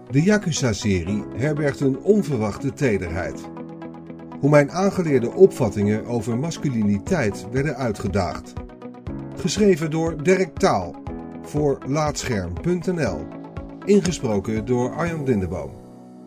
De Yakuza-serie herbergt een onverwachte tederheid. Hoe mijn aangeleerde opvattingen over masculiniteit werden uitgedaagd. Geschreven door Dirk Taal voor Laatscherm.nl. Ingesproken door Arjan Lindeboom.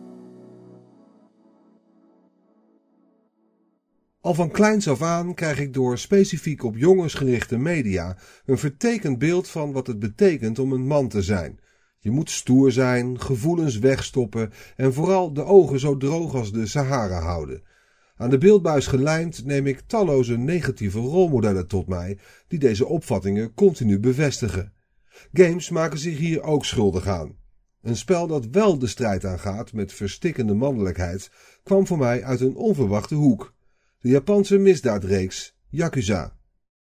Al van kleins af aan krijg ik door specifiek op jongens gerichte media een vertekend beeld van wat het betekent om een man te zijn. Je moet stoer zijn, gevoelens wegstoppen en vooral de ogen zo droog als de Sahara houden. Aan de beeldbuis gelijmd neem ik talloze negatieve rolmodellen tot mij die deze opvattingen continu bevestigen. Games maken zich hier ook schuldig aan. Een spel dat wel de strijd aangaat met verstikkende mannelijkheid kwam voor mij uit een onverwachte hoek. De Japanse misdaadreeks Yakuza.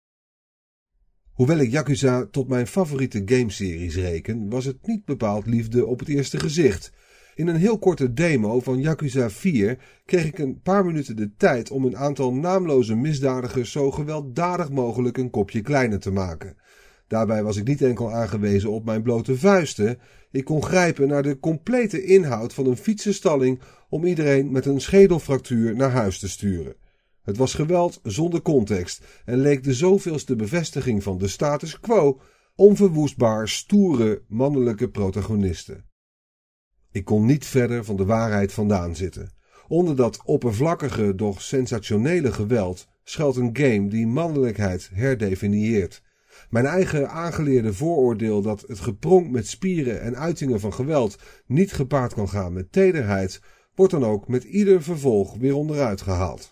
Hoewel ik Yakuza tot mijn favoriete gameseries reken, was het niet bepaald liefde op het eerste gezicht. In een heel korte demo van Yakuza 4 kreeg ik een paar minuten de tijd om een aantal naamloze misdadigers zo gewelddadig mogelijk een kopje kleiner te maken. Daarbij was ik niet enkel aangewezen op mijn blote vuisten, ik kon grijpen naar de complete inhoud van een fietsenstalling om iedereen met een schedelfractuur naar huis te sturen. Het was geweld zonder context en leek de zoveelste bevestiging van de status quo, onverwoestbaar stoere mannelijke protagonisten. Ik kon niet verder van de waarheid vandaan zitten. Onder dat oppervlakkige, doch sensationele geweld schuilt een game die mannelijkheid herdefinieert. Mijn eigen aangeleerde vooroordeel dat het gepronk met spieren en uitingen van geweld niet gepaard kan gaan met tederheid, wordt dan ook met ieder vervolg weer onderuit gehaald.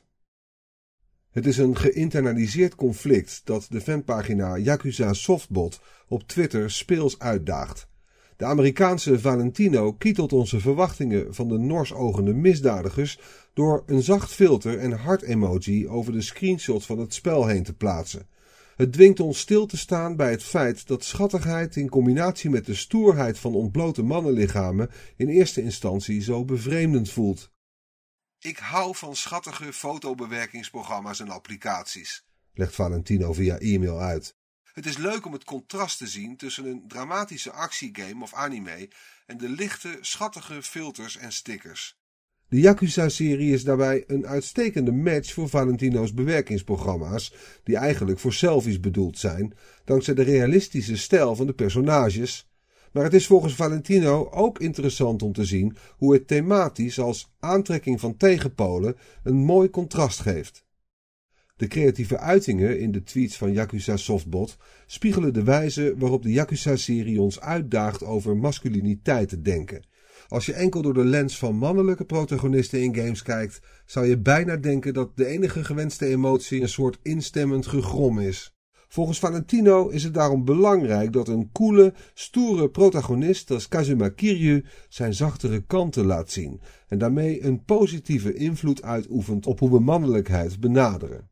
Het is een geïnternaliseerd conflict dat de fanpagina Yakuza Softbot op Twitter speels uitdaagt. De Amerikaanse Valentino kietelt onze verwachtingen van de norsogende misdadigers door een zacht filter en hart-emoji over de screenshot van het spel heen te plaatsen. Het dwingt ons stil te staan bij het feit dat schattigheid in combinatie met de stoerheid van ontblote mannenlichamen in eerste instantie zo bevreemdend voelt. Ik hou van schattige fotobewerkingsprogramma's en applicaties, legt Valentino via e-mail uit. Het is leuk om het contrast te zien tussen een dramatische actiegame of anime en de lichte, schattige filters en stickers. De Yakuza-serie is daarbij een uitstekende match voor Valentino's bewerkingsprogramma's, die eigenlijk voor selfies bedoeld zijn, dankzij de realistische stijl van de personages. Maar het is volgens Valentino ook interessant om te zien hoe het thematisch als aantrekking van tegenpolen een mooi contrast geeft. De creatieve uitingen in de tweets van Yakuza Softbot spiegelen de wijze waarop de Yakuza-serie ons uitdaagt over masculiniteit te denken. Als je enkel door de lens van mannelijke protagonisten in games kijkt, zou je bijna denken dat de enige gewenste emotie een soort instemmend gegrom is. Volgens Valentino is het daarom belangrijk dat een coole, stoere protagonist als Kazuma Kiryu zijn zachtere kanten laat zien en daarmee een positieve invloed uitoefent op hoe we mannelijkheid benaderen.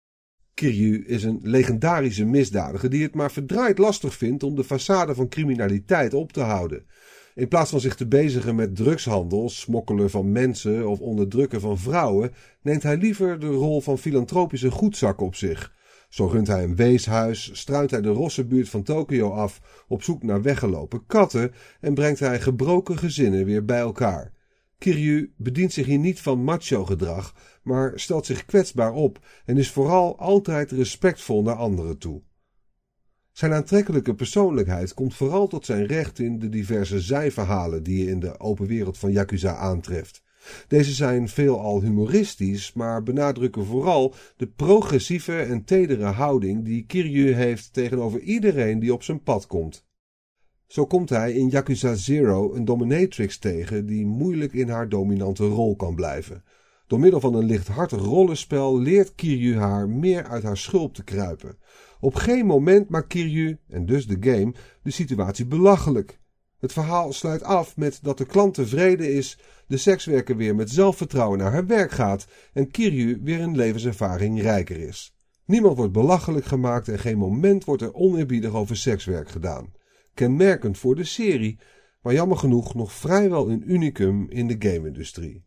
Kiryu is een legendarische misdadiger die het maar verdraaid lastig vindt om de façade van criminaliteit op te houden. In plaats van zich te bezigen met drugshandel, smokkelen van mensen of onderdrukken van vrouwen, neemt hij liever de rol van filantropische goedzak op zich. Zo runt hij een weeshuis, struint hij de rosse buurt van Tokio af op zoek naar weggelopen katten en brengt hij gebroken gezinnen weer bij elkaar. Kiryu bedient zich hier niet van macho-gedrag, maar stelt zich kwetsbaar op en is vooral altijd respectvol naar anderen toe. Zijn aantrekkelijke persoonlijkheid komt vooral tot zijn recht in de diverse zijverhalen die je in de open wereld van Yakuza aantreft. Deze zijn veelal humoristisch, maar benadrukken vooral de progressieve en tedere houding die Kiryu heeft tegenover iedereen die op zijn pad komt. Zo komt hij in Yakuza 0 een dominatrix tegen die moeilijk in haar dominante rol kan blijven. Door middel van een lichthartig rollenspel leert Kiryu haar meer uit haar schulp te kruipen. Op geen moment maakt Kiryu, en dus de game, de situatie belachelijk. Het verhaal sluit af met dat de klant tevreden is, de sekswerker weer met zelfvertrouwen naar haar werk gaat en Kiryu weer een levenservaring rijker is. Niemand wordt belachelijk gemaakt en geen moment wordt er oneerbiedig over sekswerk gedaan. Kenmerkend voor de serie, maar jammer genoeg nog vrijwel een unicum in de game-industrie.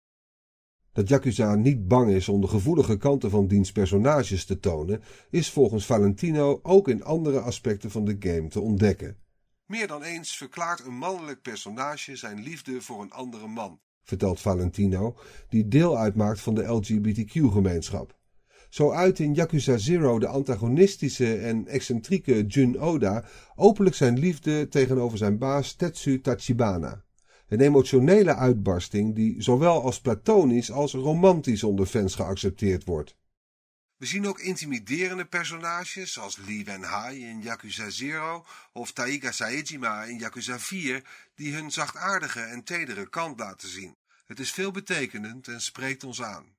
Dat Yakuza niet bang is om de gevoelige kanten van diens personages te tonen, is volgens Valentino ook in andere aspecten van de game te ontdekken. Meer dan eens verklaart een mannelijk personage zijn liefde voor een andere man, vertelt Valentino, die deel uitmaakt van de LGBTQ-gemeenschap. Zo uit in Yakuza Zero de antagonistische en excentrieke Jun Oda openlijk zijn liefde tegenover zijn baas Tetsu Tachibana. Een emotionele uitbarsting die zowel als platonisch als romantisch onder fans geaccepteerd wordt. We zien ook intimiderende personages zoals Lee Wen-hai in Yakuza Zero of Taiga Saejima in Yakuza 4 die hun zachtaardige en tedere kant laten zien. Het is veelbetekenend en spreekt ons aan.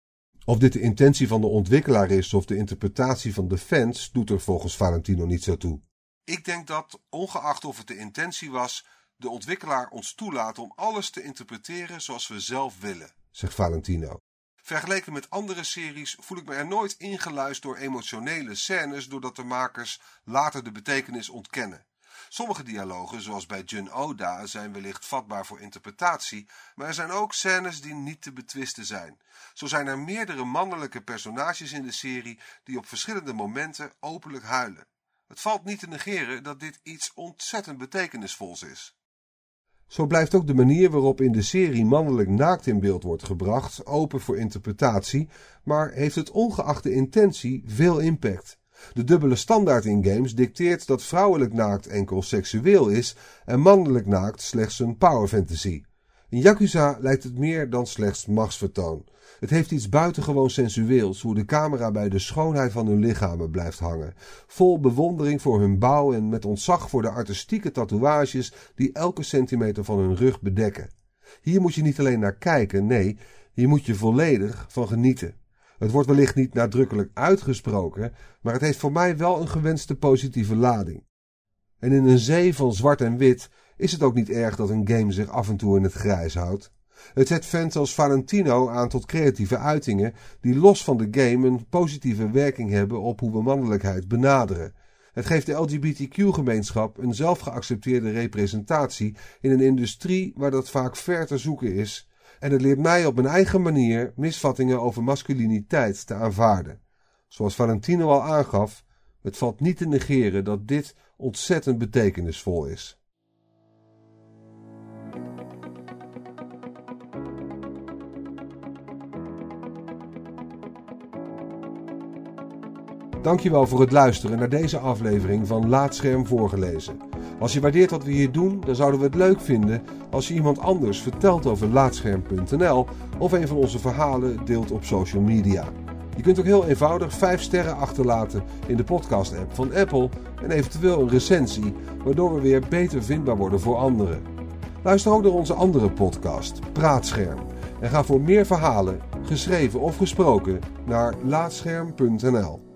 Of dit de intentie van de ontwikkelaar is of de interpretatie van de fans doet er volgens Valentino niet zo toe. Ik denk dat, ongeacht of het de intentie was, de ontwikkelaar ons toelaat om alles te interpreteren zoals we zelf willen, zegt Valentino. Vergeleken met andere series voel ik me er nooit ingeluisterd door emotionele scènes doordat de makers later de betekenis ontkennen. Sommige dialogen, zoals bij Jun Oda, zijn wellicht vatbaar voor interpretatie, maar er zijn ook scènes die niet te betwisten zijn. Zo zijn er meerdere mannelijke personages in de serie die op verschillende momenten openlijk huilen. Het valt niet te negeren dat dit iets ontzettend betekenisvols is. Zo blijft ook de manier waarop in de serie mannelijk naakt in beeld wordt gebracht open voor interpretatie, maar heeft het ongeacht de intentie veel impact. De dubbele standaard in games dicteert dat vrouwelijk naakt enkel seksueel is en mannelijk naakt slechts een power fantasy. In Yakuza lijkt het meer dan slechts machtsvertoon. Het heeft iets buitengewoon sensueels hoe de camera bij de schoonheid van hun lichamen blijft hangen. Vol bewondering voor hun bouw en met ontzag voor de artistieke tatoeages die elke centimeter van hun rug bedekken. Hier moet je niet alleen naar kijken, nee, hier moet je volledig van genieten. Het wordt wellicht niet nadrukkelijk uitgesproken, maar het heeft voor mij wel een gewenste positieve lading. En in een zee van zwart en wit is het ook niet erg dat een game zich af en toe in het grijs houdt. Het zet fans als Valentino aan tot creatieve uitingen die los van de game een positieve werking hebben op hoe we mannelijkheid benaderen. Het geeft de LGBTQ-gemeenschap een zelfgeaccepteerde representatie in een industrie waar dat vaak ver te zoeken is. En het leert mij op mijn eigen manier misvattingen over masculiniteit te aanvaarden. Zoals Valentino al aangaf, het valt niet te negeren dat dit ontzettend betekenisvol is. Dankjewel voor het luisteren naar deze aflevering van Laatscherm voorgelezen. Als je waardeert wat we hier doen, dan zouden we het leuk vinden als je iemand anders vertelt over Laatscherm.nl of een van onze verhalen deelt op social media. Je kunt ook heel eenvoudig 5 sterren achterlaten in de podcast-app van Apple en eventueel een recensie, waardoor we weer beter vindbaar worden voor anderen. Luister ook naar onze andere podcast, Praatscherm, en ga voor meer verhalen, geschreven of gesproken, naar Laatscherm.nl.